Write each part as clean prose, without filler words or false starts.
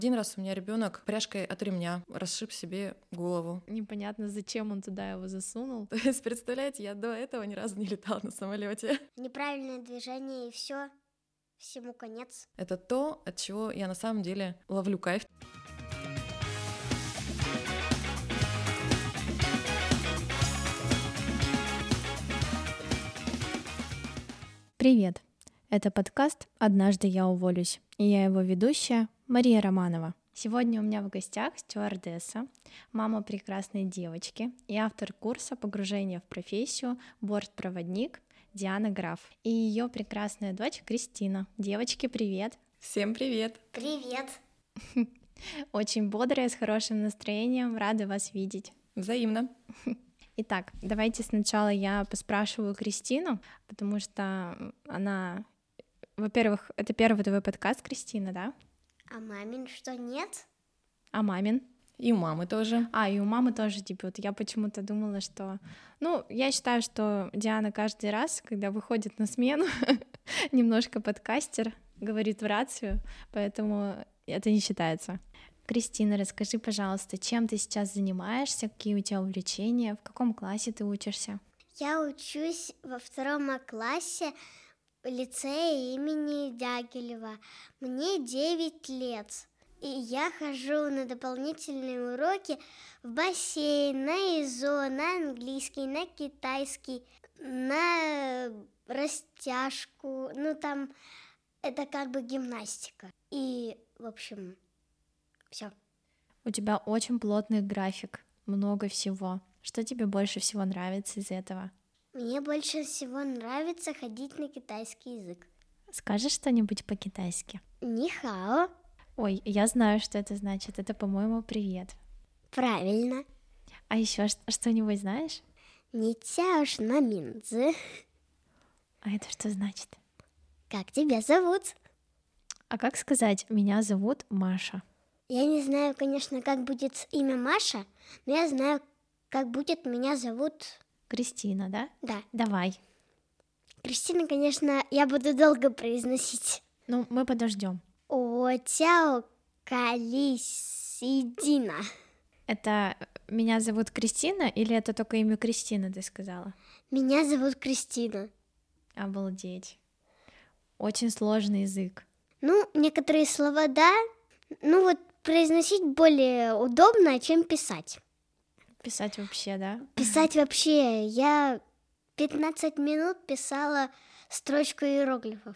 Один раз у меня ребенок пряжкой от ремня расшиб себе голову. Непонятно, зачем он туда его засунул. То есть, представляете, я до этого ни разу не летала на самолете. Неправильное движение и все, всему конец. Это то, от чего я на самом деле ловлю кайф. Привет! Это подкаст «Однажды я уволюсь», и я его ведущая Мария Романова. Сегодня у меня в гостях стюардесса, мама прекрасной девочки и автор курса «Погружение в профессию. Бортпроводник» Диана Граф и ее прекрасная дочь Кристина. Девочки, привет! Всем привет! Привет! Очень бодрая, с хорошим настроением, рада вас видеть. Взаимно. Итак, давайте сначала я поспрашиваю Кристину, потому что она, во-первых, это первый твой подкаст, Кристина, да? А мамин что, нет? А мамин? И у мамы тоже. И у мамы тоже дебют. Я почему-то думала, что... я считаю, что Диана каждый раз, когда выходит на смену, немножко подкастер, говорит в рацию, поэтому это не считается. Кристина, расскажи, пожалуйста, чем ты сейчас занимаешься, какие у тебя увлечения, в каком классе ты учишься? Я учусь во 2 классе в лицее имени Дягилева. Мне 9 лет. И я хожу на дополнительные уроки в бассейн, на ИЗО, на английский, на китайский, на растяжку. Там это как бы гимнастика. И, в общем, все. У тебя очень плотный график, много всего. Что тебе больше всего нравится из этого? Мне больше всего нравится ходить на китайский язык. Скажешь что-нибудь по-китайски? Нихао. Ой, я знаю, что это значит. Это, по-моему, привет. Правильно. А еще что-нибудь знаешь? Ни цяош на минзы. А это что значит? Как тебя зовут? А как сказать «меня зовут Маша»? Я не знаю, конечно, как будет имя Маша, но я знаю, как будет меня зовут... Кристина, да? Да. Давай. Кристина, конечно, я буду долго произносить. Мы подождем. О цяо калисидина. Это меня зовут Кристина или это только имя Кристина, ты сказала? Меня зовут Кристина. Обалдеть. Очень сложный язык. Некоторые слова, да. Произносить более удобно, чем писать. Писать вообще, да? Писать вообще. Я 15 минут писала строчку иероглифов.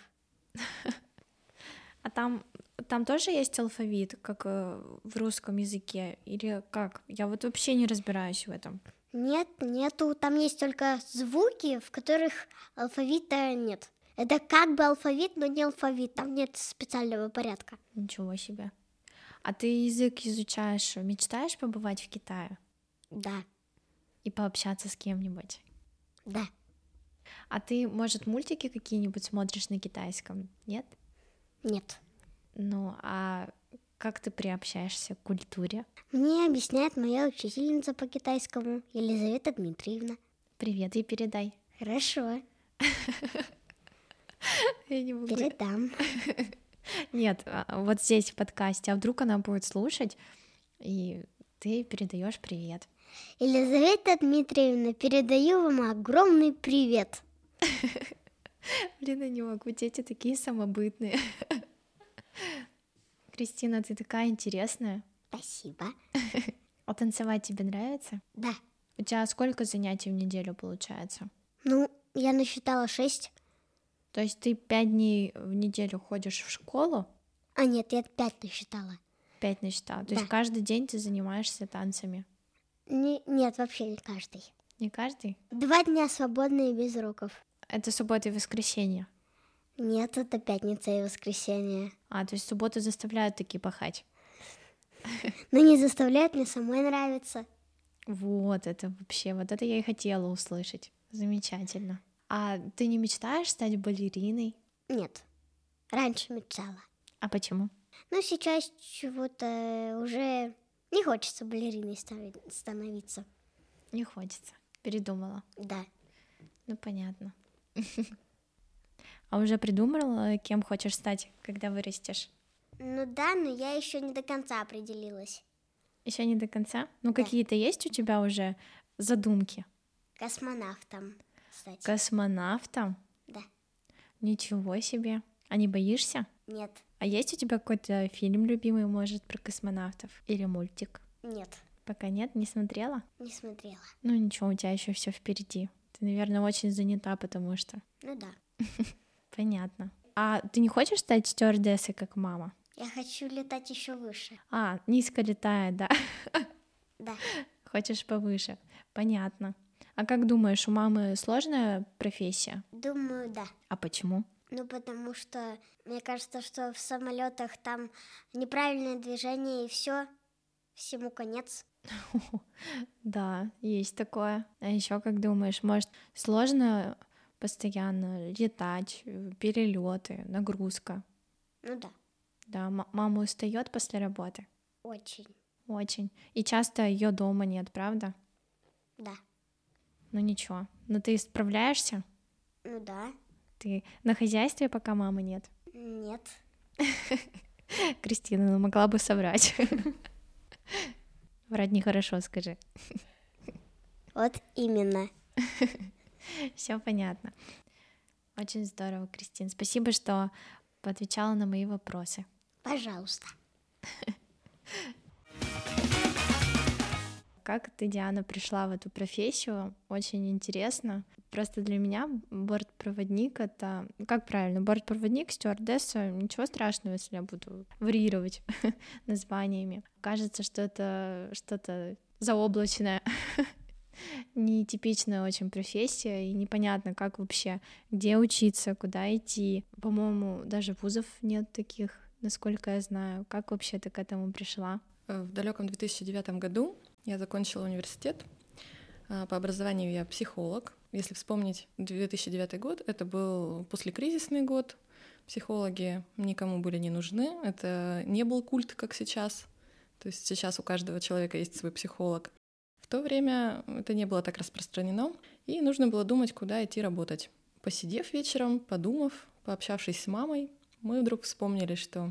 А там тоже есть алфавит, как в русском языке? Или как? Я вообще не разбираюсь в этом. Нет, нету. Там есть только звуки, в которых алфавита нет. Это как бы алфавит, но не алфавит. Там нет специального порядка. Ничего себе. А ты язык изучаешь, мечтаешь побывать в Китае? Да. И пообщаться с кем-нибудь? Да. А ты, может, мультики какие-нибудь смотришь на китайском? Нет? Нет. А как ты приобщаешься к культуре? Мне объясняет моя учительница по китайскому, Елизавета Дмитриевна. Привет, ей передай. Хорошо. Я не могу. Передам. Нет, вот здесь в подкасте, а вдруг она будет слушать, и ты передаешь привет. Елизавета Дмитриевна, передаю вам огромный привет. Блин, я не могу, дети такие самобытные. Кристина, ты такая интересная. Спасибо. А танцевать тебе нравится? Да. У тебя сколько занятий в неделю получается? Я насчитала 6. То есть ты 5 дней в неделю ходишь в школу? Нет, я 5 насчитала. 5 насчитала. То Да. есть каждый день ты занимаешься танцами? Нет, вообще не каждый. Не каждый? 2 дня свободные без уроков. Это суббота и воскресенье? Нет, это пятница и воскресенье. То есть субботу заставляют таки пахать? Не заставляют, мне самой нравится. Вот это я и хотела услышать. Замечательно. А ты не мечтаешь стать балериной? Нет, раньше мечтала. А почему? Сейчас чего-то уже не хочется балериной становиться. Не хочется. Передумала. Да. Понятно. А уже придумала, кем хочешь стать, когда вырастешь? Ну да, но я еще не до конца определилась. Еще не до конца? Ну, Да. какие-то есть у тебя уже задумки? Космонавтом, кстати. Космонавтом? Да. Ничего себе. А не боишься? Нет. А есть у тебя какой-то фильм любимый, может, про космонавтов? Или мультик? Нет. Пока нет, не смотрела? Не смотрела. Ну ничего, у тебя еще все впереди. Ты, наверное, очень занята, потому что... Ну да. Понятно. А ты не хочешь стать стюардессой, как мама? Я хочу летать еще выше. А, низко летает, да? Да. Хочешь повыше. Понятно. А как думаешь, у мамы сложная профессия? Думаю, да. А почему? Ну, потому что мне кажется, что в самолетах там неправильное движение и все, всему конец. Да, есть такое. А еще как думаешь, может, сложно постоянно летать, перелеты, нагрузка? Ну да, Да, мама устает после работы? очень. Очень. И часто ее дома нет, правда? Да. Ну ничего. Но ты справляешься? Ну да. Ты на хозяйстве, пока мамы нет? Нет. Кристина, ну могла бы соврать. Врать нехорошо, скажи. Вот именно. Все понятно. Очень здорово, Кристина. Спасибо, что поотвечала на мои вопросы. Пожалуйста. Как ты, Диана, пришла в эту профессию? Очень интересно. Просто для меня бортпроводник — это... Как правильно? Бортпроводник, стюардесса — ничего страшного, если я буду варьировать названиями. Кажется, что это что-то заоблачное, нетипичная очень профессия, и непонятно, как вообще, где учиться, куда идти. По-моему, даже вузов нет таких, насколько я знаю. Как вообще ты к этому пришла? В далеком 2009 году я закончила университет. По образованию я психолог. Если вспомнить 2009 год, это был послекризисный год. Психологи никому были не нужны. Это не был культ, как сейчас. То есть сейчас у каждого человека есть свой психолог. В то время это не было так распространено, и нужно было думать, куда идти работать. Посидев вечером, подумав, пообщавшись с мамой, мы вдруг вспомнили, что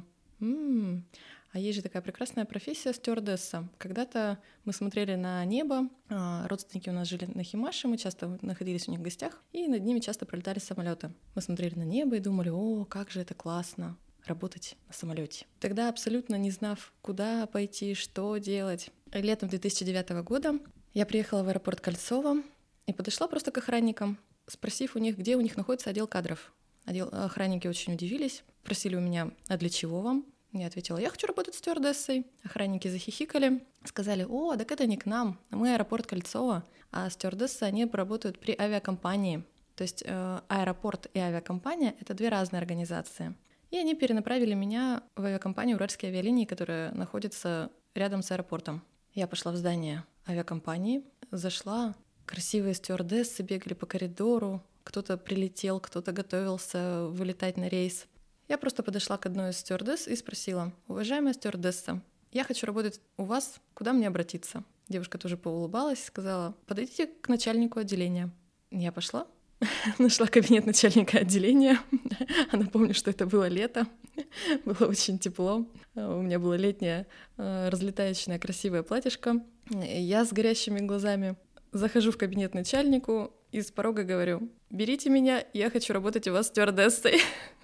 а есть же такая прекрасная профессия стюардесса. Когда-то мы смотрели на небо, родственники у нас жили на Химаше, мы часто находились у них в гостях, и над ними часто пролетали самолеты. Мы смотрели на небо и думали: о, как же это классно работать на самолете. Тогда, абсолютно не знав, куда пойти, что делать, летом 2009 года я приехала в аэропорт Кольцово и подошла просто к охранникам, спросив у них, где у них находится отдел кадров. Охранники очень удивились, просили у меня: а для чего вам? Я ответила: я хочу работать стюардессой. Охранники захихикали, сказали: о, так это не к нам, мы аэропорт Кольцово, а стюардессы, они работают при авиакомпании. То есть аэропорт и авиакомпания — это две разные организации. И они перенаправили меня в авиакомпанию «Уральские авиалинии», которая находится рядом с аэропортом. Я пошла в здание авиакомпании, зашла, красивые стюардессы бегали по коридору, кто-то прилетел, кто-то готовился вылетать на рейс. Я просто подошла к одной из стюардесс и спросила: уважаемая стюардесса, я хочу работать у вас, куда мне обратиться? Девушка тоже поулыбалась, сказала: подойдите к начальнику отделения. Я пошла, нашла кабинет начальника отделения. А напомню, что это было лето, было очень тепло. У меня было летнее разлетающее красивое платьишко. Я с горящими глазами захожу в кабинет начальнику и с порога говорю: берите меня, я хочу работать у вас стюардессой.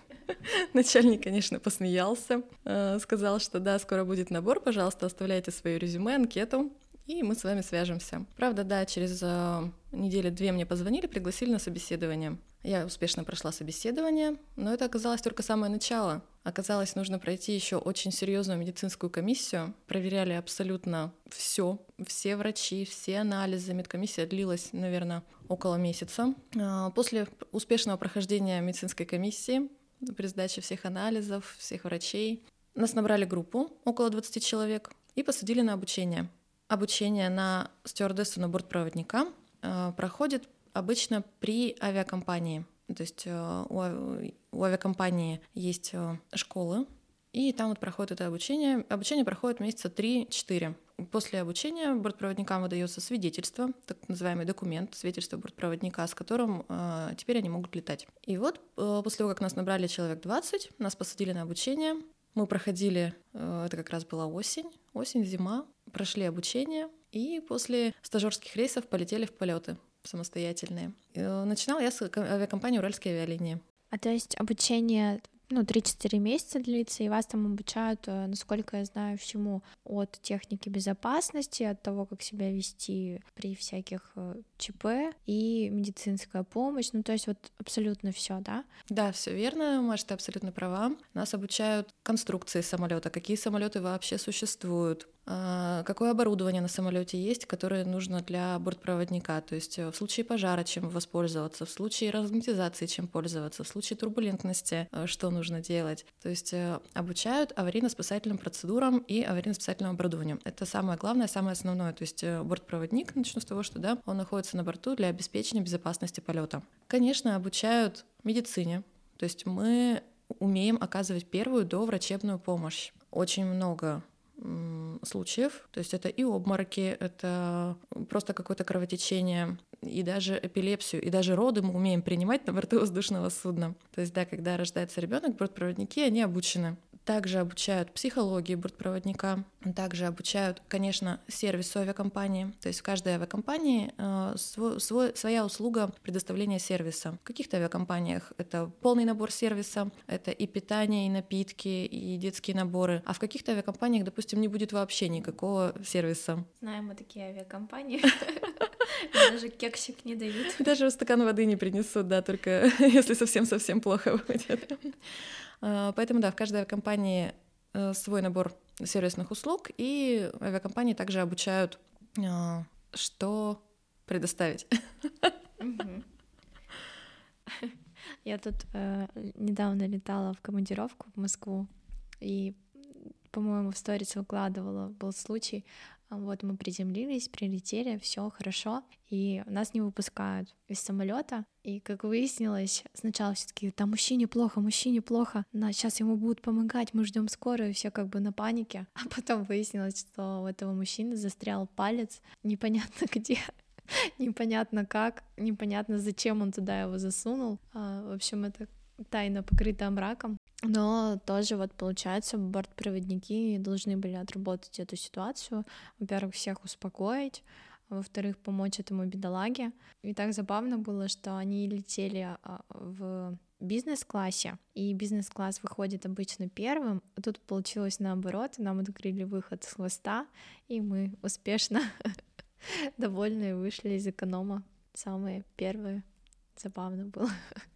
Начальник, конечно, посмеялся, сказал, что да, скоро будет набор, пожалуйста, оставляйте свое резюме, анкету, и мы с вами свяжемся. Правда, да, через недели-две мне позвонили, пригласили на собеседование. Я успешно прошла собеседование, но это оказалось только самое начало. Оказалось, нужно пройти еще очень серьезную медицинскую комиссию. Проверяли абсолютно все врачи, все анализы. Медкомиссия длилась, наверное, около месяца. После успешного прохождения медицинской комиссии, при сдаче всех анализов, всех врачей, нас набрали группу, около 20 человек, и посадили на обучение. Обучение на стюардессу, на бортпроводника проходит обычно при авиакомпании. То есть у авиакомпании есть школы, и там вот проходит это обучение. Обучение проходит месяца 3-4. После обучения бортпроводникам выдается свидетельство, так называемый документ, свидетельство бортпроводника, с которым теперь они могут летать. И вот после того, как нас набрали человек 20, нас посадили на обучение, Мы проходили, это как раз была осень, зима, прошли обучение и после стажерских рейсов полетели в полеты самостоятельные. Начинала я с авиакомпании «Уральские авиалинии». А то есть обучение 3-4 месяца длится, и вас там обучают, насколько я знаю, всему от техники безопасности, от того, как себя вести при всяких ЧП и медицинская помощь, то есть вот абсолютно все, да? Да, все верно, Маша, ты абсолютно права. Нас обучают конструкции самолета, какие самолеты вообще существуют, какое оборудование на самолете есть, которое нужно для бортпроводника, то есть в случае пожара чем воспользоваться, в случае разгерметизации чем пользоваться, в случае турбулентности что нужно делать. То есть обучают аварийно-спасательным процедурам и аварийно-спасательному оборудованию. Это самое главное, самое основное. То есть бортпроводник, начну с того, что он находится на борту для обеспечения безопасности полета. Конечно, обучают медицине, то есть мы умеем оказывать первую доврачебную помощь. Очень много случаев, то есть это и обмороки, это просто какое-то кровотечение, и даже эпилепсию, и даже роды мы умеем принимать на борту воздушного судна. То есть, да, когда рождается ребенок, бортпроводники, они обучены. Также обучают психологии бортпроводника, также обучают, конечно, сервису авиакомпании. То есть в каждой авиакомпании своя услуга предоставления сервиса. В каких-то авиакомпаниях это полный набор сервиса, это и питание, и напитки, и детские наборы. А в каких-то авиакомпаниях, допустим, не будет вообще никакого сервиса. Знаем мы такие авиакомпании. Даже кексик не дают. Даже стакан воды не принесут, да, только если совсем-совсем плохо будет. Поэтому, да, в каждой авиакомпании свой набор сервисных услуг, и авиакомпании также обучают, что предоставить. Я тут недавно летала в командировку в Москву, и, по-моему, в сторис выкладывала, был случай, вот мы приземлились, прилетели, все хорошо, и нас не выпускают из самолета. И, как выяснилось, сначала все таки там мужчине плохо, сейчас ему будут помогать, мы ждем скорую, все как бы на панике. А потом выяснилось, что у этого мужчины застрял палец непонятно где, непонятно как, непонятно зачем он туда его засунул. В общем, это тайна покрыта мраком. Но тоже вот получается, бортпроводники должны были отработать эту ситуацию. Во-первых, всех успокоить, во-вторых, помочь этому бедолаге. И так забавно было, что они летели в бизнес-классе, и бизнес-класс выходит обычно первым, а тут получилось наоборот, нам открыли выход с хвоста, и мы успешно, довольные, вышли из эконома. Самые первые. Забавно было.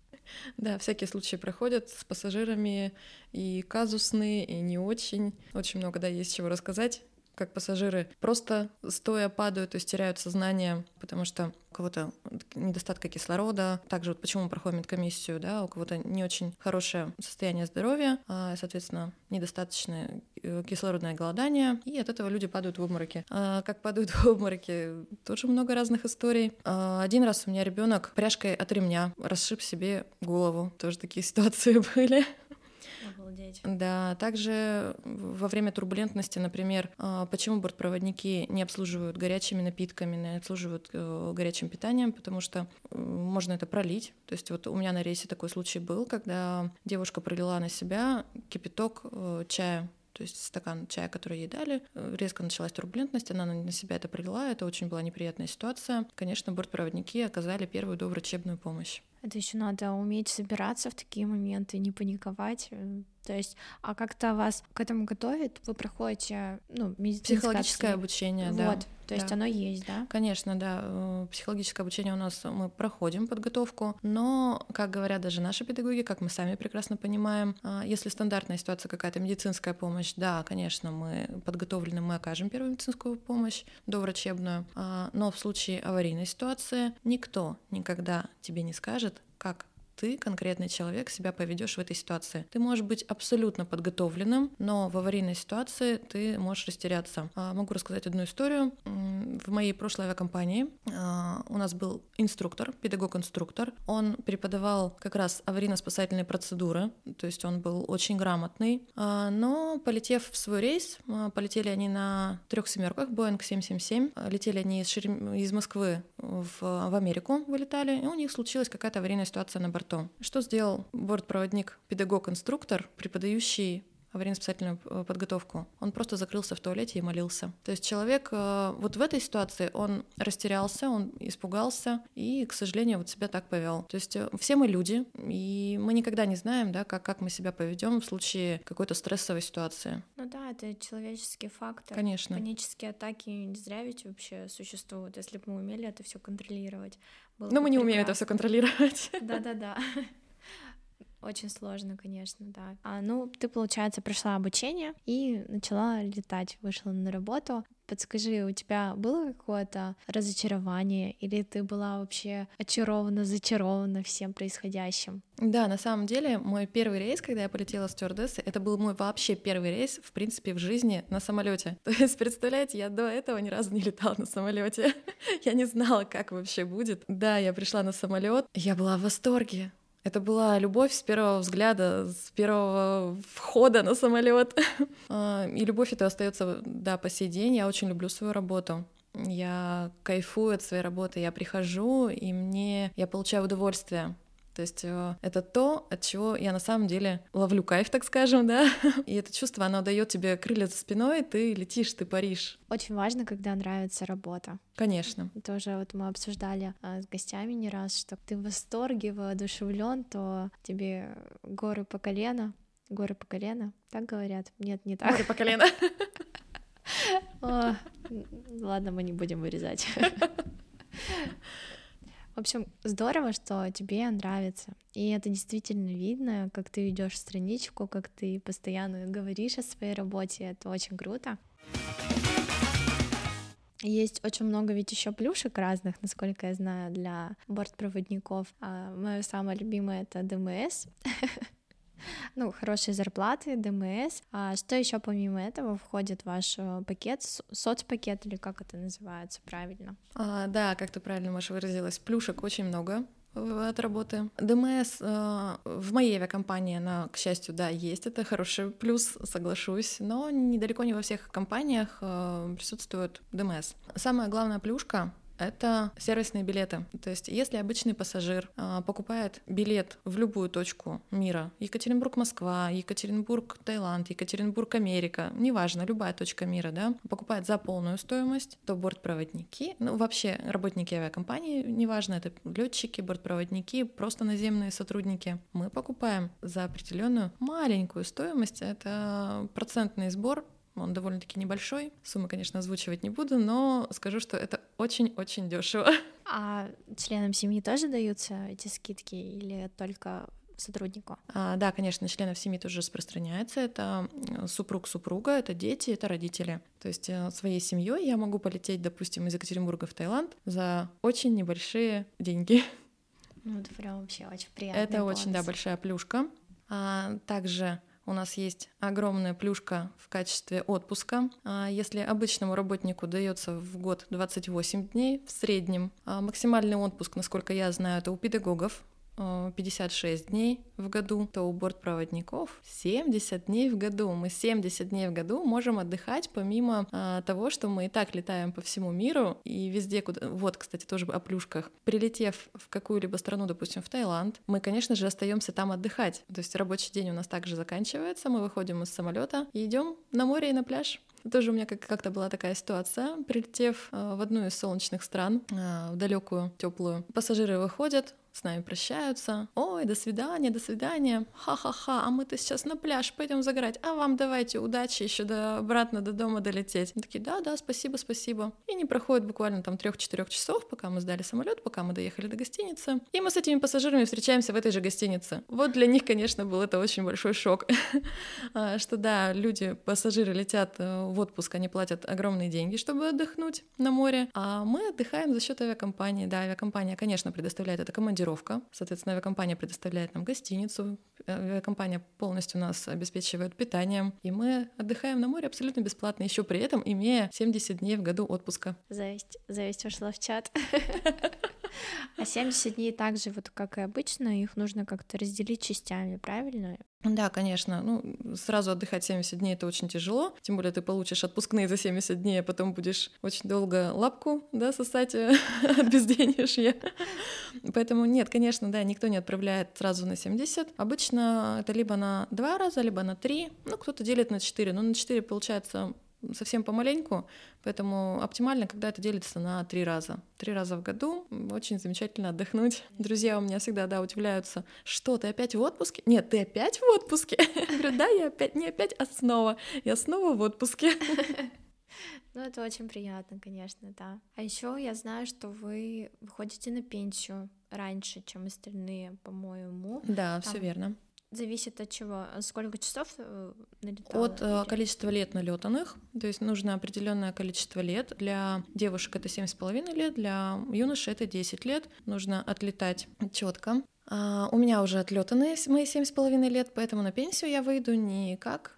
Да, всякие случаи проходят с пассажирами, и казусные, и не очень. Очень много, да, есть чего рассказать. Как пассажиры просто стоя падают, то есть теряют сознание, потому что у кого-то недостатка кислорода. Также вот почему мы проходим медкомиссию, да, у кого-то не очень хорошее состояние здоровья, соответственно, недостаточное кислородное голодание, и от этого люди падают в обмороки. Как падают в обмороки? Тоже много разных историй. Один раз у меня ребенок пряжкой от ремня расшиб себе голову. Тоже такие ситуации были. Обалдеть. Да, также во время турбулентности, например, почему бортпроводники не обслуживают горячими напитками, не обслуживают горячим питанием, потому что можно это пролить. То есть вот у меня на рейсе такой случай был, когда девушка пролила на себя кипяток чая, то есть стакан чая, который ей дали. Резко началась турбулентность, она на себя это пролила, это очень была неприятная ситуация. Конечно, бортпроводники оказали первую доврачебную помощь. Это еще надо уметь собираться в такие моменты, не паниковать. То есть, а как-то вас к этому готовят? Вы проходите, медицинское психологическое обучение, да. Вот, то есть оно есть, да? Конечно, да. Психологическое обучение у нас, мы проходим подготовку, но, как говорят даже наши педагоги, как мы сами прекрасно понимаем, если стандартная ситуация какая-то, медицинская помощь, да, конечно, мы подготовлены, мы окажем первую медицинскую помощь, доврачебную, но в случае аварийной ситуации никто никогда тебе не скажет, как ты, конкретный человек, себя поведешь в этой ситуации. Ты можешь быть абсолютно подготовленным, но в аварийной ситуации ты можешь растеряться. Могу рассказать одну историю. В моей прошлой авиакомпании у нас был инструктор, педагог-инструктор. Он преподавал как раз аварийно-спасательные процедуры, то есть он был очень грамотный. Но полетев в свой рейс, полетели они на 3 семерках, Boeing 777, летели они из Москвы в Америку, вылетали, и у них случилась какая-то аварийная ситуация на борту. Что сделал бортпроводник, педагог-инструктор, преподающий аварийно-спасательную подготовку, он просто закрылся в туалете и молился. То есть человек вот в этой ситуации, он растерялся, он испугался и, к сожалению, вот себя так повел. То есть все мы люди, и мы никогда не знаем, да, как мы себя поведем в случае какой-то стрессовой ситуации. Ну да, это человеческий фактор. Конечно. Панические атаки не зря ведь вообще существуют. Если бы мы умели это все контролировать. Но мы не умеем это все контролировать. Да. Очень сложно, конечно, да. Ты, получается, прошла обучение и начала летать, вышла на работу. Подскажи, у тебя было какое-то разочарование, или ты была вообще зачарована всем происходящим? Да, на самом деле, мой первый рейс, когда я полетела стюардессой, это был мой вообще первый рейс, в принципе, в жизни на самолете. То есть, представляете, я до этого ни разу не летала на самолете. Я не знала, как вообще будет. Да, я пришла на самолет, я была в восторге. Это была любовь с первого взгляда, с первого входа на самолет. И любовь эта остается, да, по сей день. Я очень люблю свою работу. Я кайфую от своей работы. Я прихожу, и я получаю удовольствие. То есть это то, от чего я на самом деле ловлю кайф, так скажем, да. И это чувство, оно дает тебе крылья за спиной, ты летишь, ты паришь. Очень важно, когда нравится работа. Конечно. Тоже вот мы обсуждали с гостями не раз, что ты в восторге, воодушевлен, то тебе горы по колено, так говорят? Нет, не так. Горы по колено. Ладно, мы не будем вырезать. В общем, здорово, что тебе нравится. И это действительно видно, как ты ведешь страничку, как ты постоянно говоришь о своей работе. Это очень круто. Есть очень много ведь еще плюшек разных, насколько я знаю, для бортпроводников. Моё самое любимое — это ДМС. Хорошие зарплаты, ДМС. А что еще помимо этого входит в ваш пакет, соцпакет, или как это называется правильно? Да, как ты правильно, Маша, выразилась, плюшек очень много от работы. ДМС в моей авиакомпании, она, к счастью, да, есть, это хороший плюс, соглашусь, но недалеко не во всех компаниях присутствует ДМС. Самая главная плюшка — это сервисные билеты. То есть если обычный пассажир покупает билет в любую точку мира, Екатеринбург-Москва, Екатеринбург-Таиланд, Екатеринбург-Америка, неважно, любая точка мира, да, покупает за полную стоимость, то бортпроводники, вообще работники авиакомпании, неважно, это летчики, бортпроводники, просто наземные сотрудники, мы покупаем за определенную маленькую стоимость, это процентный сбор. Он довольно-таки небольшой. Суммы, конечно, озвучивать не буду, но скажу, что это очень-очень дешево. А членам семьи тоже даются эти скидки или только сотруднику? Да, конечно, членов семьи тоже распространяется. Это супруг, супруга, это дети, это родители. То есть своей семьей я могу полететь, допустим, из Екатеринбурга в Таиланд за очень небольшие деньги. Это прям вообще очень приятно. Это бонус. Очень, да, большая плюшка. Также у нас есть огромная плюшка в качестве отпуска. Если обычному работнику дается в год 28 дней в среднем, максимальный отпуск, насколько я знаю, это у педагогов 56 дней в году, то у бортпроводников 70 дней в году. Мы 70 дней в году можем отдыхать, помимо того, что мы и так летаем по всему миру и везде, куда... Вот, кстати, тоже о плюшках. Прилетев в какую-либо страну, допустим, в Таиланд, мы, конечно же, остаемся там отдыхать. То есть рабочий день у нас также заканчивается, мы выходим из самолета и идем на море и на пляж. Тоже у меня как-то была такая ситуация. Прилетев в одну из солнечных стран, в далекую, теплую, пассажиры выходят, с нами прощаются. Ой, до свидания, ха-ха-ха, а мы-то сейчас на пляж, пойдем загорать, а вам давайте удачи еще обратно до дома долететь. Мы такие, да, спасибо. И не проходит буквально там 3-4 часов, пока мы сдали самолет, пока мы доехали до гостиницы. И мы с этими пассажирами встречаемся в этой же гостинице. Вот для них, конечно, был это очень большой шок, что да, пассажиры летят в отпуск, они платят огромные деньги, чтобы отдохнуть на море, а мы отдыхаем за счет авиакомпании. Да, авиакомпания, конечно, предоставляет это командировку. Соответственно, авиакомпания предоставляет нам гостиницу, авиакомпания полностью нас обеспечивает питанием, и мы отдыхаем на море абсолютно бесплатно, еще при этом имея 70 дней в году отпуска. Зависть вошла в чат. А 70 дней также, вот как и обычно, их нужно как-то разделить частями, правильно? Да, конечно. Сразу отдыхать 70 дней — это очень тяжело. Тем более ты получишь отпускные за 70 дней, а потом будешь очень долго лапку, да, сосать от безденежья. Поэтому нет, конечно, да, никто не отправляет сразу на 70. Обычно это либо на 2 раза, либо на 3. Кто-то делит на 4. Но на 4 получается совсем помаленьку, поэтому оптимально, когда это делится на 3 раза. 3 раза в году очень замечательно отдохнуть. Друзья у меня всегда, да, удивляются: что, ты опять в отпуске? Нет, ты опять в отпуске? Я говорю, да, я опять, не опять, а снова. Я снова в отпуске. Это очень приятно, конечно, да. А еще я знаю, что вы выходите на пенсию раньше, чем остальные, по-моему. Да, все верно. Зависит от чего? Сколько часов налетало? От количества лет налетанных. То есть нужно определенное количество лет. Для девушек это 7,5 лет, для юношей это 10 лет. Нужно отлетать четко. У меня уже отлетаны мои 7,5 лет, поэтому на пенсию я выйду не как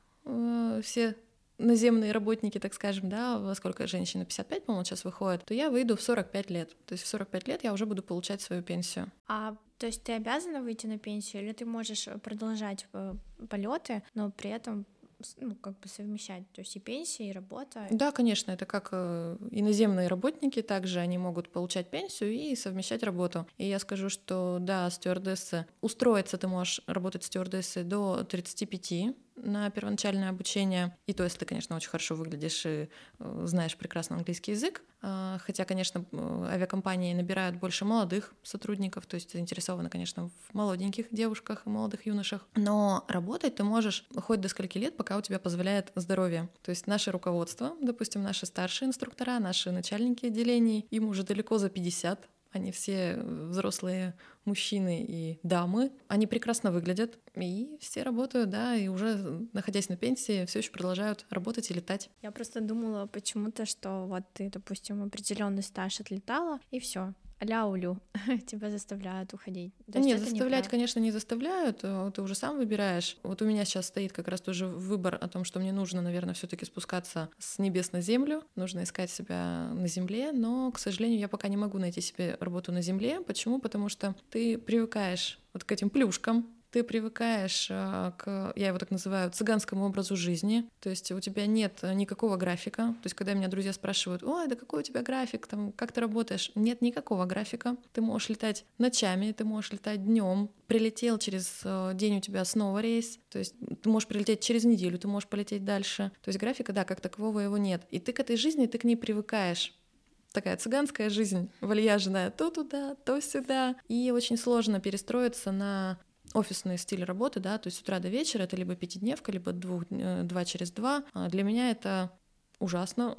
все наземные работники, так скажем, да, во сколько женщина 55, по-моему, сейчас выходит, то я выйду в 45 лет. То есть в 45 лет я уже буду получать свою пенсию. То есть ты обязана выйти на пенсию, или ты можешь продолжать полеты, но при этом совмещать, то есть и пенсия, и работа? Да, конечно, это как иноземные работники, также они могут получать пенсию и совмещать работу. И я скажу, что да, стюардессы, устроиться ты можешь работать стюардессой до 35 на первоначальное обучение, и то, если ты, конечно, очень хорошо выглядишь и знаешь прекрасно английский язык. Хотя, конечно, авиакомпании набирают больше молодых сотрудников, то есть заинтересованы, конечно, в молоденьких девушках и молодых юношах. Но работать ты можешь хоть до скольки лет, пока у тебя позволяет здоровье. То есть наше руководство, допустим, наши старшие инструктора, наши начальники отделений, им уже далеко за 50. Они все взрослые мужчины и дамы. Они прекрасно выглядят, и все работают, да, и уже, находясь на пенсии, все еще продолжают работать и летать. Я просто думала почему-то, что вот ты, допустим, определенный стаж отлетала, и все. Ля-улю, тебя заставляют уходить. Нет, заставлять, конечно, не заставляют, ты уже сам выбираешь. Вот у меня сейчас стоит как раз тоже выбор о том, что мне нужно, наверное, все-таки спускаться с небес на землю, нужно искать себя на земле, но, к сожалению, я пока не могу найти себе работу на земле. Почему? Потому что ты привыкаешь вот к этим плюшкам, ты привыкаешь к, я его так называю, цыганскому образу жизни, то есть у тебя нет никакого графика, то есть когда меня друзья спрашивают: ой, да какой у тебя график, там, как ты работаешь? Нет никакого графика, ты можешь летать ночами, ты можешь летать днем, прилетел через день, у тебя снова рейс, то есть ты можешь прилететь через неделю, ты можешь полететь дальше, то есть графика, да, как такового его нет, и ты к этой жизни, ты к ней привыкаешь. Такая цыганская жизнь, вальяжная, то туда, то сюда, и очень сложно перестроиться на офисный стиль работы, да, то есть с утра до вечера это либо пятидневка, либо 2 через 2. Для меня это ужасно.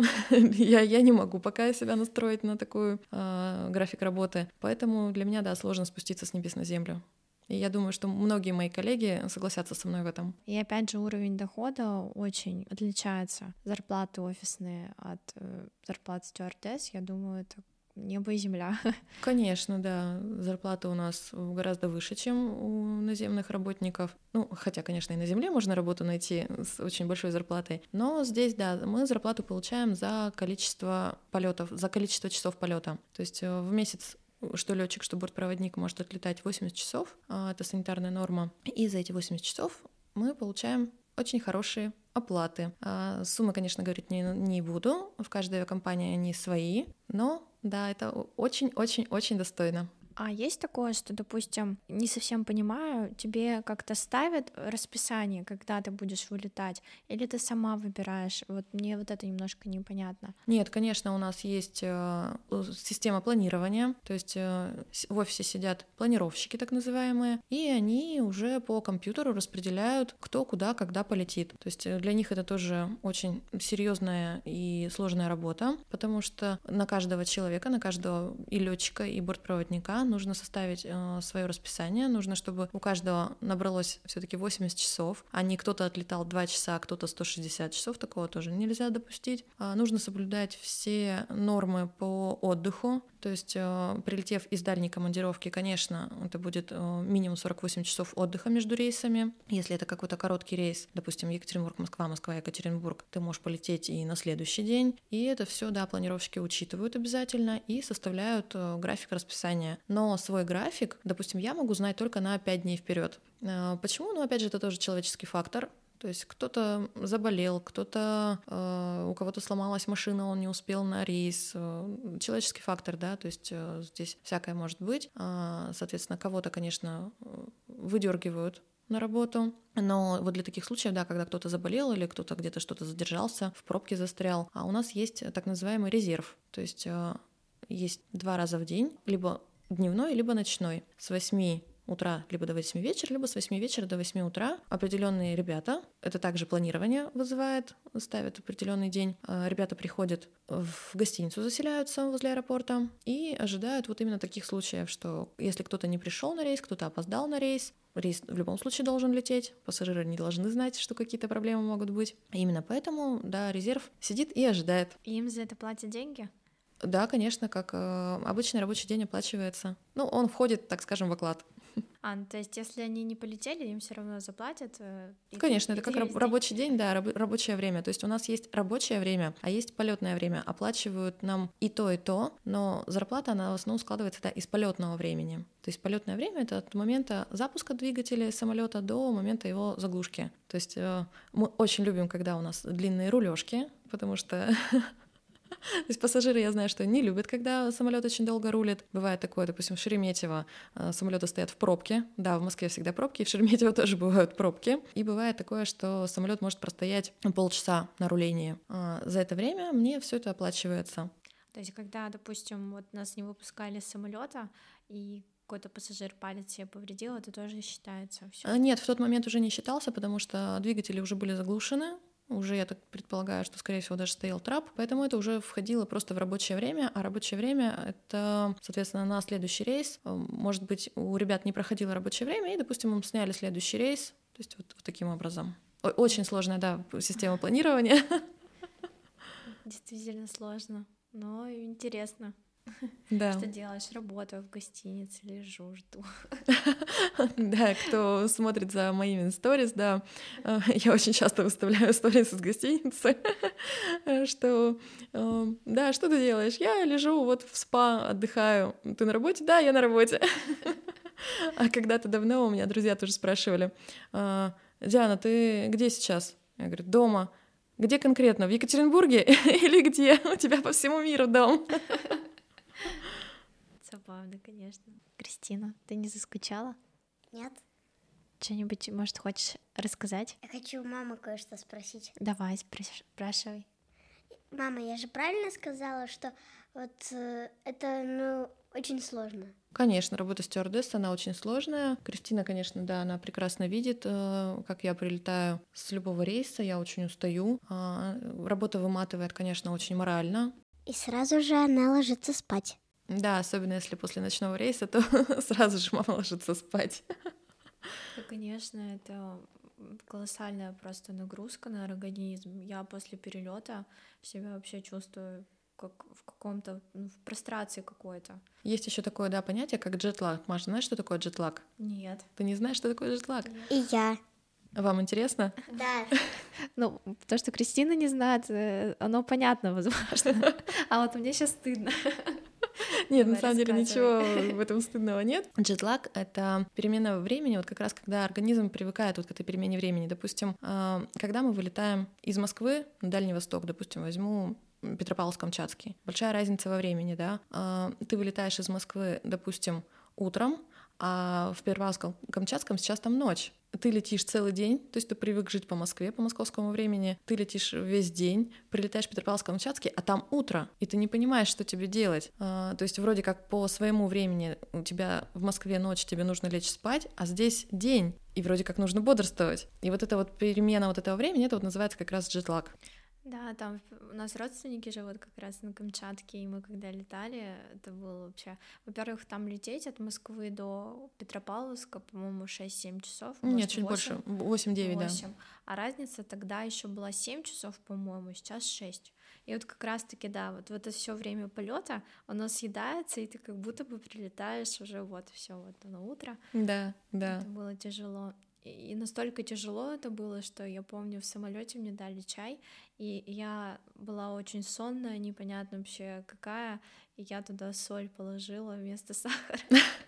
я не могу пока себя настроить на такой график работы. Поэтому для меня, да, сложно спуститься с небес на землю. И я думаю, что многие мои коллеги согласятся со мной в этом. И опять же уровень дохода очень отличается. Зарплаты офисные от зарплат стюардесс, я думаю, это небо и земля. Конечно, да. Зарплата у нас гораздо выше, чем у наземных работников. Хотя, конечно, и на земле можно работу найти с очень большой зарплатой. Но здесь, да, мы зарплату получаем за количество полетов, за количество часов полета. То есть в месяц что летчик, что бортпроводник может отлетать 80 часов, это санитарная норма. И за эти 80 часов мы получаем очень хорошие оплаты. Суммы, конечно, говорить не буду. В каждой авиакомпании они свои, но да, это очень-очень-очень достойно. А есть такое, что, допустим, не совсем понимаю, тебе как-то ставят расписание, когда ты будешь вылетать, или ты сама выбираешь? Вот мне вот это немножко непонятно. Нет, конечно, у нас есть система планирования, то есть в офисе сидят планировщики, так называемые, и они уже по компьютеру распределяют, кто куда, когда полетит. То есть для них это тоже очень серьезная и сложная работа, потому что на каждого человека, на каждого и летчика, и бортпроводника нужно составить свое расписание, нужно, чтобы у каждого набралось все-таки 80 часов, а не кто-то отлетал 2 часа, а кто-то 160 часов, такого тоже нельзя допустить. Нужно соблюдать все нормы по отдыху, То есть, прилетев из дальней командировки, конечно, это будет минимум 48 часов отдыха между рейсами. Если это какой-то короткий рейс, допустим, Екатеринбург-Москва, Москва-Екатеринбург, ты можешь полететь и на следующий день. И это все, да, планировщики учитывают обязательно и составляют график расписания. Но свой график, допустим, я могу знать только на 5 дней вперед. Почему? Ну, опять же, это тоже человеческий фактор. То есть кто-то заболел, кто-то, у кого-то сломалась машина, он не успел на рейс. Человеческий фактор, да, то есть здесь всякое может быть. Соответственно, кого-то, конечно, выдергивают на работу. Но вот для таких случаев, да, когда кто-то заболел или кто-то где-то что-то задержался, в пробке застрял, а у нас есть так называемый резерв. То есть есть 2 раза в день, либо дневной, либо ночной, с 8 утра либо до 8 вечера, либо с 8 вечера до 8 утра определенные ребята, это также планирование вызывает, ставят определенный день, ребята приходят в гостиницу, заселяются возле аэропорта и ожидают вот именно таких случаев, что если кто-то не пришел на рейс, кто-то опоздал на рейс в любом случае должен лететь, пассажиры не должны знать, что какие-то проблемы могут быть. И именно поэтому, да, резерв сидит и ожидает. И им за это платят деньги? Да, конечно, как обычный рабочий день оплачивается. Ну, он входит, так скажем, в оклад. Ну, то есть если они не полетели, им все равно заплатят? Конечно, это как рабочий день, да, рабочее время. То есть у нас есть рабочее время, а есть полетное время. Оплачивают нам и то, но зарплата, она в основном складывается из полетного времени. То есть полетное время — это от момента запуска двигателя самолета до момента его заглушки. То есть мы очень любим, когда у нас длинные рулежки, потому что... То есть пассажиры, я знаю, что не любят, когда самолет очень долго рулит. Бывает такое, допустим, в Шереметьево самолеты стоят в пробке. Да, в Москве всегда пробки, и в Шереметьево тоже бывают пробки. И бывает такое, что самолет может простоять полчаса на рулении. За это время мне все это оплачивается. То есть, когда, допустим, вот нас не выпускали с самолета и какой-то пассажир палец себе повредил, это тоже считается? Всё? Нет, в тот момент уже не считался, потому что двигатели уже были заглушены. Уже, я так предполагаю, что, скорее всего, даже стоял трап, поэтому это уже входило просто в рабочее время, а рабочее время — это, соответственно, на следующий рейс. Может быть, у ребят не проходило рабочее время, и, допустим, им сняли следующий рейс, то есть вот таким образом. Очень сложная, да, система планирования. Действительно сложно, но интересно. Да. Что делаешь? Работаю в гостинице, лежу, жду. Да, кто смотрит за моими сторис, да, я очень часто выставляю сторис из гостиницы, что, да, что ты делаешь? Я лежу вот в спа, отдыхаю. Ты на работе? Да, я на работе. А когда-то давно у меня друзья тоже спрашивали: Диана, ты где сейчас? Я говорю: дома. Где конкретно? В Екатеринбурге или где? У тебя по всему миру дом. Забавно, конечно. Кристина, ты не заскучала? Нет. Что-нибудь, может, хочешь рассказать? Я хочу у мамы кое-что спросить. Давай, спрашивай. Мама, я же правильно сказала, что вот это, очень сложно? Конечно, работа стюардессы, она очень сложная. Кристина, конечно, да, она прекрасно видит, как я прилетаю с любого рейса, я очень устаю. Работа выматывает, конечно, очень морально. И сразу же она ложится спать. Да, особенно если после ночного рейса, то сразу же мама ложится спать. Ну, конечно, это колоссальная просто нагрузка на организм. Я после перелета себя вообще чувствую как в каком-то, в прострации какой-то. Есть еще такое, да, понятие, как джетлаг. Маша, знаешь, что такое джетлаг? Нет. Ты не знаешь, что такое джетлаг? И я. Вам интересно? Да. Ну, то, что Кристина не знает, оно понятно, возможно. А вот мне сейчас стыдно. Нет, на самом деле ничего в этом стыдного нет. Джетлаг — это перемена времени, вот как раз когда организм привыкает вот к этой перемене времени. Допустим, когда мы вылетаем из Москвы на Дальний Восток, допустим, возьму Петропавловск-Камчатский. Большая разница во времени, да. Ты вылетаешь из Москвы, допустим, утром, а в Петропавловск-Камчатском сейчас там ночь. Ты летишь целый день, то есть ты привык жить по Москве, по московскому времени, ты летишь весь день, прилетаешь в Петропавловск-Камчатский, а там утро, и ты не понимаешь, что тебе делать. То есть вроде как по своему времени у тебя в Москве ночь, тебе нужно лечь спать, а здесь день, и вроде как нужно бодрствовать. И вот эта вот перемена вот этого времени, это вот называется как раз джетлаг. Да, там у нас родственники живут как раз на Камчатке, и мы когда летали, это было вообще... Во-первых, там лететь от Москвы до Петропавловска, по-моему, 6-7 часов. Нет, чуть больше, 8-9, да. А разница тогда еще была 7 часов, по-моему, сейчас 6. И вот как раз-таки, да, вот в это все время полета оно съедается, и ты как будто бы прилетаешь уже вот все вот на утро. Да, да. Это было тяжело. И настолько тяжело это было, что я помню, в самолете мне дали чай, и я была очень сонная, непонятно вообще какая, и я туда соль положила вместо сахара.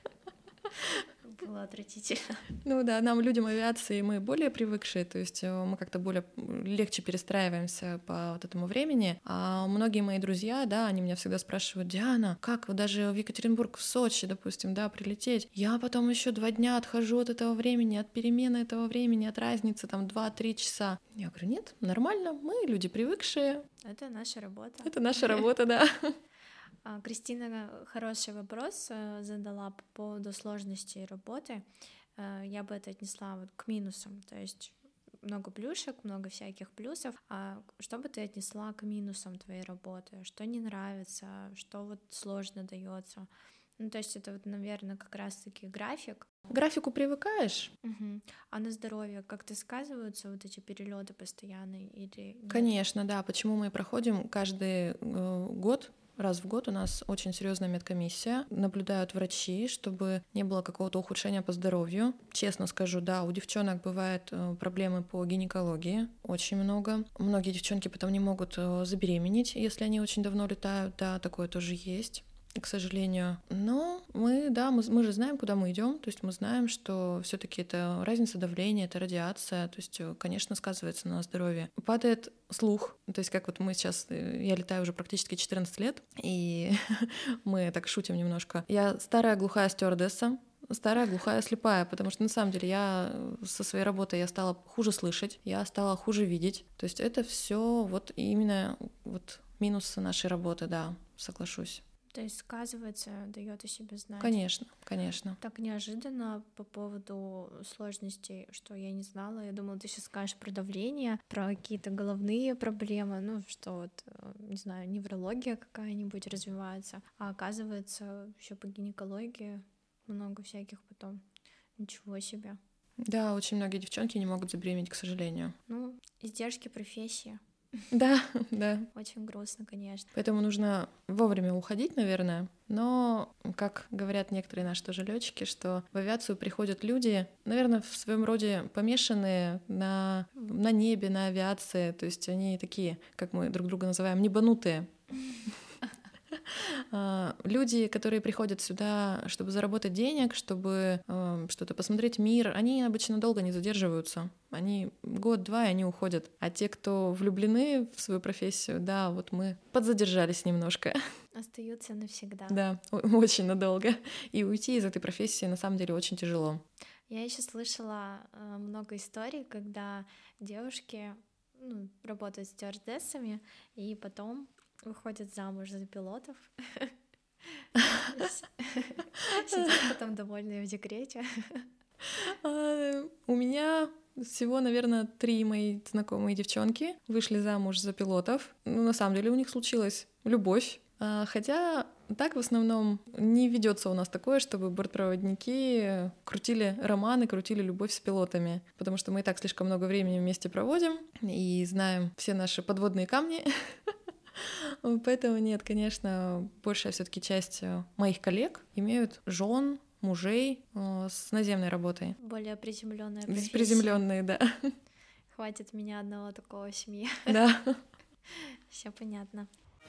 Было отвратительно. Ну да, нам, людям авиации, мы более привыкшие, то есть мы как-то более легче перестраиваемся по вот этому времени. А многие мои друзья, да, они меня всегда спрашивают: Диана, как вот даже в Екатеринбург, в Сочи, допустим, да, прилететь? Я потом еще 2 дня отхожу от этого времени, от перемены этого времени, от разницы там 2-3 часа. Я говорю: нет, нормально, мы люди привыкшие. Это наша работа. Это наша работа, да. Кристина хороший вопрос задала по поводу сложности работы. Я бы это отнесла вот к минусам, то есть много плюшек, много всяких плюсов. А что бы ты отнесла к минусам твоей работы? Что не нравится, что вот сложно дается? Ну, то есть это вот, наверное, как раз-таки график. К графику привыкаешь? Угу. А на здоровье как-то сказываются вот эти перелеты постоянные или нет? Конечно, да. Почему мы проходим каждый год? Раз в год у нас очень серьезная медкомиссия, наблюдают врачи, чтобы не было какого-то ухудшения по здоровью. Честно скажу, да, у девчонок бывают проблемы по гинекологии, очень много. Многие девчонки потом не могут забеременеть, если они очень давно летают, да, такое тоже есть, к сожалению. Но мы же знаем, куда мы идем, то есть мы знаем, что все-таки это разница давления, это радиация, то есть, конечно, сказывается на здоровье. Падает слух, то есть как вот мы сейчас, я летаю уже практически 14 лет, и мы так шутим немножко. Я старая глухая стюардесса, старая глухая слепая, потому что на самом деле я со своей работой я стала хуже слышать, я стала хуже видеть. То есть это все вот именно вот минусы нашей работы, да, соглашусь. То есть сказывается, дает о себе знать. Конечно, конечно. Так неожиданно по поводу сложностей, что я не знала. Я думала, ты сейчас скажешь про давление, про какие-то головные проблемы, ну что вот, не знаю, неврология какая-нибудь развивается. А оказывается, еще по гинекологии много всяких потом. Ничего себе. Да, очень многие девчонки не могут забеременеть, к сожалению. Ну, издержки профессии. Да, да. Очень грустно, конечно. Поэтому нужно вовремя уходить, наверное. Но, как говорят некоторые наши тоже летчики, что в авиацию приходят люди, наверное, в своем роде помешанные на небе, на авиации. То есть они такие, как мы друг друга называем, небанутые. Люди, которые приходят сюда, чтобы заработать денег, чтобы что-то посмотреть мир, они обычно долго не задерживаются. Они год-два, и они уходят. А те, кто влюблены в свою профессию, да, вот мы подзадержались немножко. Остаются навсегда. Да, очень надолго. И уйти из этой профессии на самом деле очень тяжело. Я еще слышала много историй, когда девушки работают стюардессами и потом выходят замуж за пилотов. Сидят потом довольные в декрете. У меня всего, наверное, 3 мои знакомые девчонки вышли замуж за пилотов. Ну, на самом деле у них случилась любовь. Хотя так в основном не ведется у нас такое, чтобы бортпроводники крутили романы, крутили любовь с пилотами, потому что мы и так слишком много времени вместе проводим и знаем все наши подводные камни. Поэтому нет, конечно, большая все-таки часть моих коллег имеют жен, мужей с наземной работой. Более приземленная профессия. Приземленные, да. Хватит меня одного такого в семье. Да. Все понятно.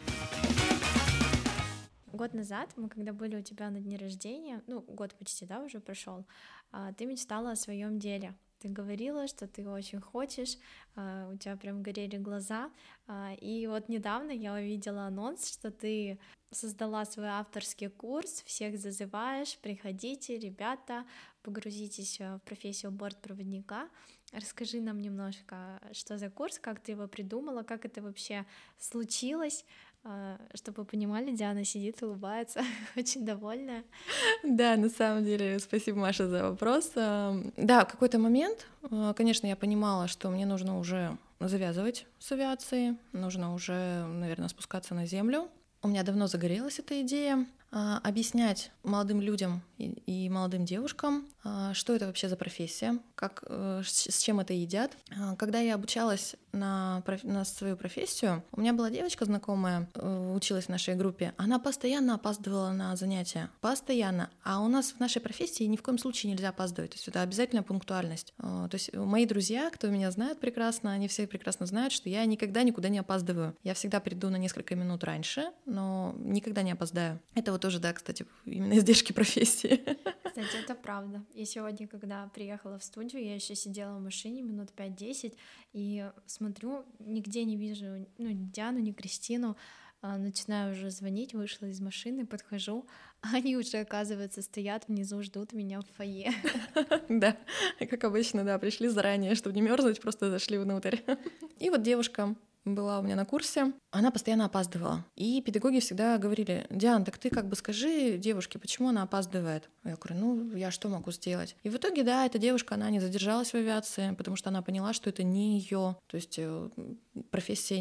Год назад мы, когда были у тебя на дне рождения, год почти, да, уже прошел, ты мечтала о своем деле. Ты говорила, что ты очень хочешь, у тебя прям горели глаза. И вот недавно я увидела анонс, что ты создала свой авторский курс, всех зазываешь, приходите, ребята, погрузитесь в профессию бортпроводника. Расскажи нам немножко, что за курс, как ты его придумала, как это вообще случилось. Чтобы вы понимали, Диана сидит, улыбается, очень довольная. Да, на самом деле, спасибо, Маша, за вопрос. Да, в какой-то момент, конечно, я понимала, что мне нужно уже завязывать с авиацией, нужно уже, наверное, спускаться на землю. У меня давно загорелась эта идея. объяснять молодым людям и молодым девушкам, что это вообще за профессия, с чем это едят. Когда я обучалась на свою профессию, у меня была девочка знакомая, училась в нашей группе, она постоянно опаздывала на занятия, постоянно. А у нас в нашей профессии ни в коем случае нельзя опаздывать, то есть это обязательно пунктуальность. То есть мои друзья, кто меня знает прекрасно, они все прекрасно знают, что я никогда никуда не опаздываю. Я всегда приду на несколько минут раньше, но никогда не опоздаю. Это вот тоже, да, кстати, именно издержки профессии. Кстати, это правда. Я сегодня, когда приехала в студию, я еще сидела в машине минут 5-10 и смотрю, нигде не вижу ни Диану, ни Кристину. Начинаю уже звонить, вышла из машины, подхожу, а они уже, оказывается, стоят внизу, ждут меня в фойе. Да, как обычно, да, пришли заранее, чтобы не мерзнуть, просто зашли внутрь. И вот девушка была у меня на курсе, она постоянно опаздывала. И педагоги всегда говорили: Диан, так ты как бы скажи девушке, почему она опаздывает. Я говорю, я что могу сделать? И в итоге, да, эта девушка, она не задержалась в авиации, потому что она поняла, что это не ее, то есть профессия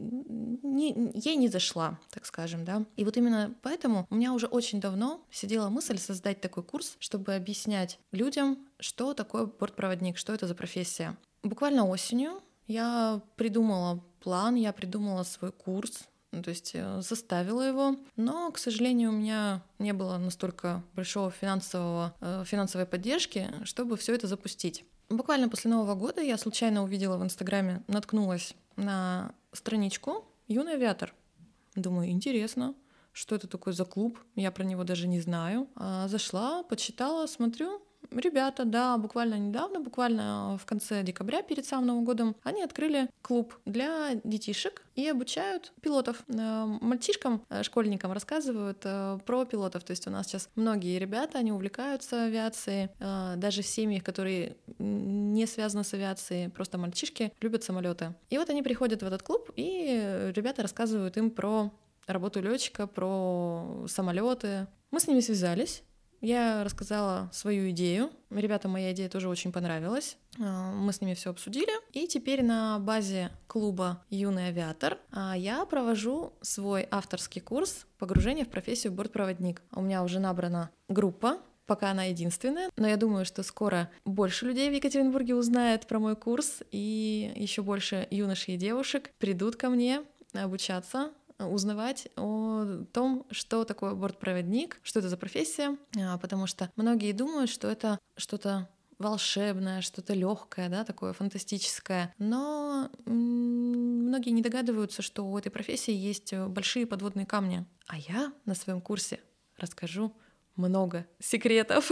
ей не зашла, так скажем, да. И вот именно поэтому у меня уже очень давно сидела мысль создать такой курс, чтобы объяснять людям, что такое бортпроводник, что это за профессия. Буквально осенью я придумала план, я придумала свой курс, то есть составила его, но, к сожалению, у меня не было настолько большого финансовой поддержки, чтобы все это запустить. Буквально после Нового года я случайно увидела в Инстаграме, наткнулась на страничку «Юный авиатор». Думаю, интересно, что это такое за клуб, я про него даже не знаю. Зашла, почитала, смотрю, ребята, да, буквально недавно, буквально в конце декабря, перед самым Новым годом, они открыли клуб для детишек и обучают пилотов. Мальчишкам, школьникам рассказывают про пилотов. То есть у нас сейчас многие ребята, они увлекаются авиацией, даже в семьях, которые не связаны с авиацией, просто мальчишки любят самолеты. И вот они приходят в этот клуб, и ребята рассказывают им про работу летчика, про самолеты. Мы с ними связались. Я рассказала свою идею. Ребятам моя идея тоже очень понравилась. Мы с ними все обсудили. И теперь на базе клуба «Юный авиатор» я провожу свой авторский курс «Погружение в профессию бортпроводник». У меня уже набрана группа, пока она единственная, но я думаю, что скоро больше людей в Екатеринбурге узнает про мой курс, и еще больше юношей и девушек придут ко мне обучаться, узнавать о том, что такое бортпроводник, что это за профессия, потому что многие думают, что это что-то волшебное, что-то легкое, да, такое фантастическое, но многие не догадываются, что у этой профессии есть большие подводные камни. А я на своем курсе расскажу много секретов.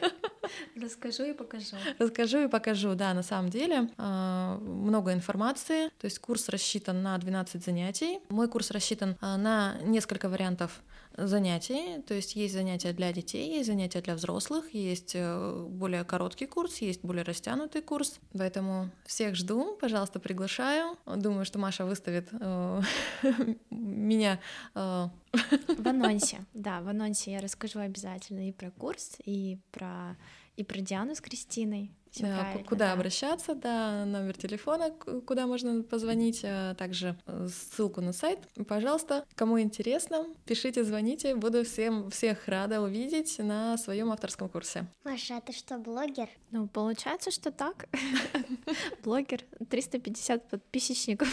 Расскажу и покажу. Расскажу и покажу, да, на самом деле много информации, то есть курс рассчитан на 12 занятий. Мой курс рассчитан на несколько вариантов занятий, то есть есть занятия для детей, есть занятия для взрослых, есть более короткий курс, есть более растянутый курс, поэтому всех жду, пожалуйста, приглашаю. Думаю, что Маша выставит меня в анонсе. Да, в анонсе я расскажу обязательно и про курс, и про Диану с Кристиной. Да, куда обращаться, да, номер телефона, куда можно позвонить, а также ссылку на сайт. Пожалуйста, кому интересно, пишите, звоните, буду всех рада увидеть на своем авторском курсе. Маша, а ты что, блогер? Ну, получается, что так. Блогер, 350 подписчиков.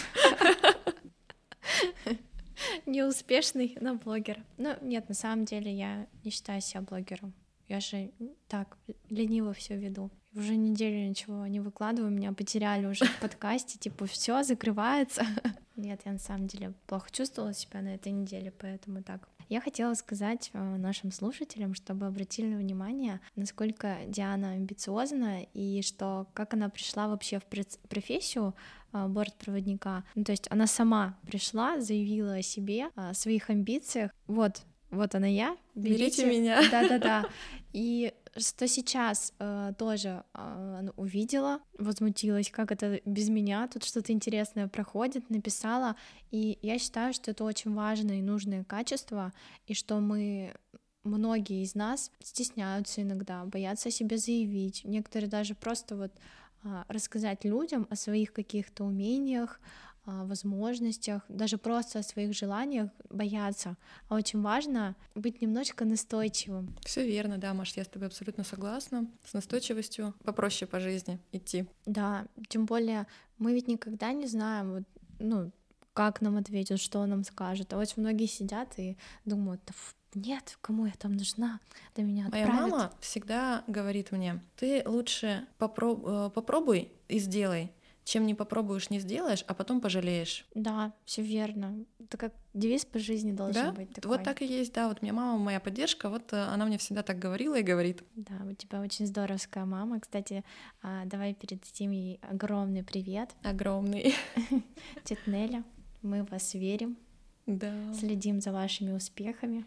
Неуспешный, но блогер. Ну, нет, на самом деле я не считаю себя блогером. Я же так лениво все веду. Уже неделю ничего не выкладываю, меня потеряли уже в подкасте, типа все закрывается. Нет, я на самом деле плохо чувствовала себя на этой неделе, поэтому так. Я хотела сказать нашим слушателям, чтобы обратили внимание, насколько Диана амбициозна и что как она пришла вообще в профессию бортпроводника. Ну, то есть она сама пришла, заявила о себе, о своих амбициях. Вот она я. Берите меня. Да. И что сейчас тоже увидела, возмутилась, как это без меня, тут что-то интересное проходит, написала, и я считаю, что это очень важное и нужное качество, и что многие из нас стесняются иногда, боятся о себе заявить, некоторые даже просто рассказать людям о своих каких-то умениях, возможностях, даже просто о своих желаниях бояться. А очень важно быть немножечко настойчивым. Все верно, да, Маш, я с тобой абсолютно согласна. С настойчивостью попроще по жизни идти. Да, тем более мы ведь никогда не знаем, как нам ответят, что нам скажут. А очень многие сидят и думают: да нет, кому я там нужна, да меня Моя отправят. мама всегда говорит мне: ты лучше попробуй и сделай, чем не попробуешь, не сделаешь, а потом пожалеешь. Да, все верно. Это как девиз по жизни должен Да, быть такой. вот так и есть, да, вот у меня мама, моя поддержка, вот она мне всегда так говорила и говорит. Да, у тебя очень здоровская мама. Кстати, давай передадим ей огромный привет. Огромный. Тетя Неля, мы в вас верим, Да. следим за вашими успехами.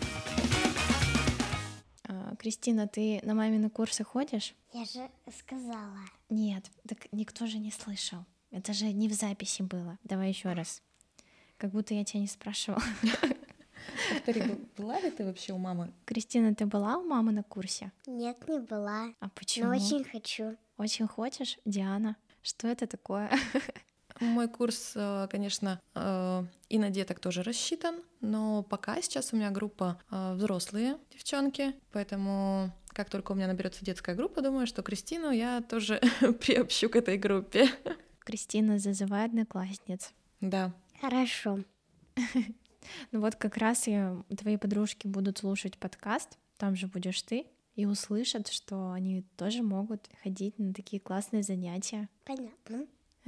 Кристина, ты на мамины курсы ходишь? Я же сказала. Нет, так никто же не слышал. Это же не в записи было. Давай еще раз. Как будто я тебя не спрашивала. Повтори, была ли ты вообще у мамы? Кристина, ты была у мамы на курсе? Нет, не была. А почему? Но очень хочу. Очень хочешь? Диана, что это такое? Мой курс, конечно, и на деток тоже рассчитан, но пока сейчас у меня группа взрослые девчонки, поэтому как только у меня наберется детская группа, думаю, что Кристину я тоже приобщу к этой группе. Кристина, зазывай одноклассниц. Да. Хорошо. Ну вот как раз и твои подружки будут слушать подкаст, там же будешь ты, и услышат, что они тоже могут ходить на такие классные занятия. Понятно.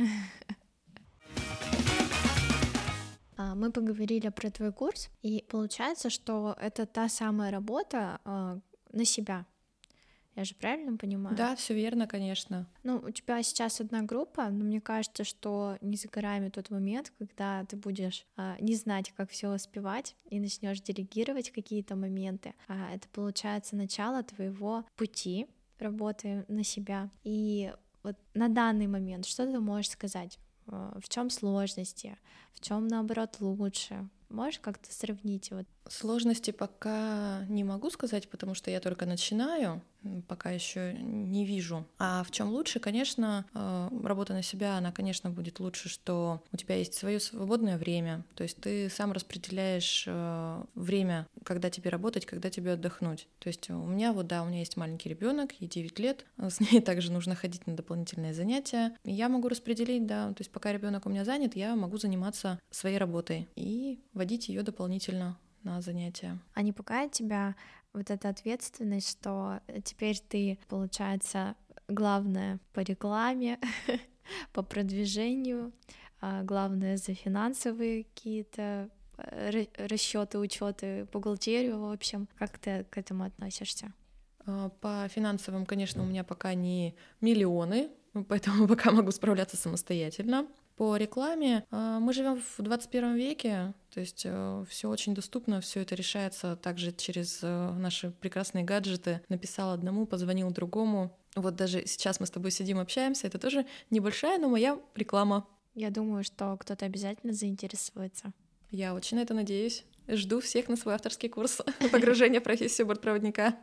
Мы поговорили про твой курс, и получается, что это та самая работа на себя. Я же правильно понимаю? Да, все верно, конечно. Ну, у тебя сейчас одна группа, но мне кажется, что не за горами тот момент, когда ты будешь не знать, как все успевать, и начнешь делегировать какие-то моменты. Это получается начало твоего пути работы на себя. И вот на данный момент что ты можешь сказать? В чем сложности? В чем наоборот лучше? Можешь как-то сравнить? Вот. Сложности пока не могу сказать, потому что я только начинаю, пока еще не вижу. А в чем лучше, конечно, работа на себя, она, конечно, будет лучше, что у тебя есть свое свободное время, то есть ты сам распределяешь время, когда тебе работать, когда тебе отдохнуть. То есть у меня вот, да, у меня есть маленький ребенок, ей 9 лет, с ней также нужно ходить на дополнительные занятия. И я могу распределить, да, то есть пока ребенок у меня занят, я могу заниматься своей работой и водить ее дополнительно на занятия. А не пугает тебя вот эта ответственность, что теперь ты, получается, главное по рекламе, по продвижению, главное за финансовые какие-то расчеты, учеты, бухгалтерию, в общем. Как ты к этому относишься? По финансовым, конечно, у меня пока не миллионы, поэтому пока могу справляться самостоятельно. По рекламе мы живем в 21 веке, то есть все очень доступно, все это решается также через наши прекрасные гаджеты. Написал одному, позвонил другому. Вот даже сейчас мы с тобой сидим, общаемся, это тоже небольшая, но моя реклама. Я думаю, что кто-то обязательно заинтересуется. Я очень на это надеюсь. Жду всех на свой авторский курс «Погружение в профессию бортпроводника».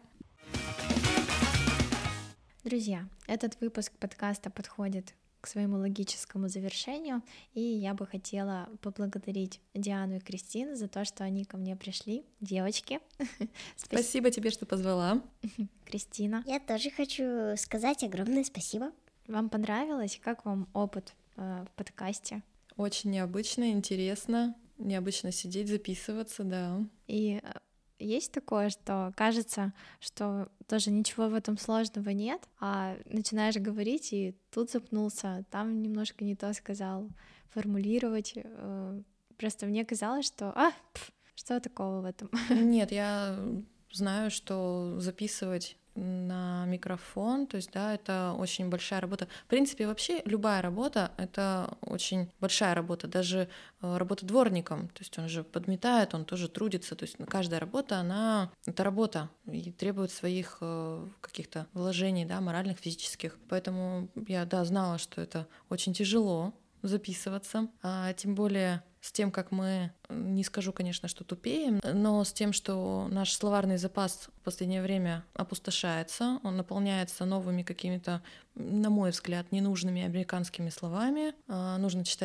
Друзья, этот выпуск подкаста подходит к своему логическому завершению, и я бы хотела поблагодарить Диану и Кристину за то, что они ко мне пришли. Девочки. Спасибо тебе, что позвала. Кристина. Я тоже хочу сказать огромное спасибо. Вам понравилось? Как вам опыт в подкасте? Очень необычно, интересно. Необычно сидеть, записываться, да. И есть такое, что кажется, что тоже ничего в этом сложного нет, а начинаешь говорить, и тут запнулся, там немножко не то сказал, формулировать. Просто мне казалось, что что такого в этом? Нет, я знаю, что записывать на микрофон, то есть, да, это очень большая работа. В принципе, вообще любая работа — это очень большая работа, даже работа дворником, то есть он же подметает, он тоже трудится, то есть каждая работа, это работа и требует своих каких-то вложений, да, моральных, физических. Поэтому я, да, знала, что это очень тяжело записываться, а тем более с тем, как мы, не скажу, конечно, что тупеем, но с тем, что наш словарный запас в последнее время опустошается, он наполняется новыми какими-то, на мой взгляд, ненужными американскими словами. Нужно читать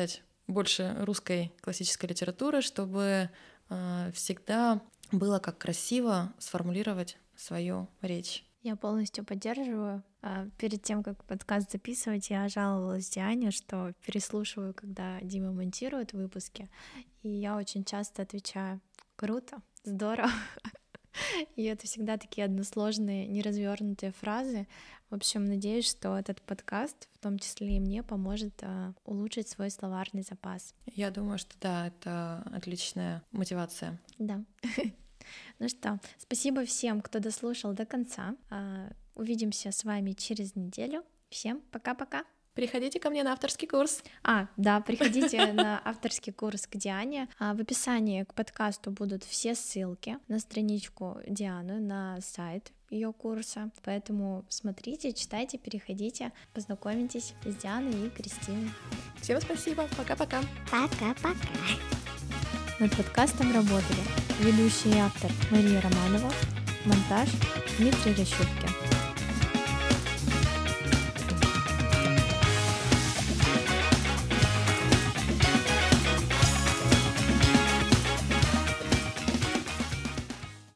больше русской классической литературы, чтобы всегда было как красиво сформулировать свою речь. Я полностью поддерживаю. Перед тем, как подкаст записывать, я жаловалась Диане, что переслушиваю, когда Дима монтирует выпуски, и я очень часто отвечаю: круто, здорово. И это всегда такие односложные, неразвернутые фразы. В общем, надеюсь, что этот подкаст, в том числе и мне, поможет улучшить свой словарный запас. Я думаю, что да, это отличная мотивация. Да. Ну что, спасибо всем, кто дослушал до конца. Увидимся с вами через неделю. Всем пока-пока. Приходите ко мне на авторский курс. Да, приходите на авторский курс к Диане. В описании к подкасту будут все ссылки на страничку Дианы, на сайт ее курса. Поэтому смотрите, читайте, переходите, познакомитесь с Дианой и Кристиной. Всем спасибо. Пока-пока. Пока-пока. Над подкастом работали ведущий и автор Мария Романова, монтаж Дмитрий Рощупкин.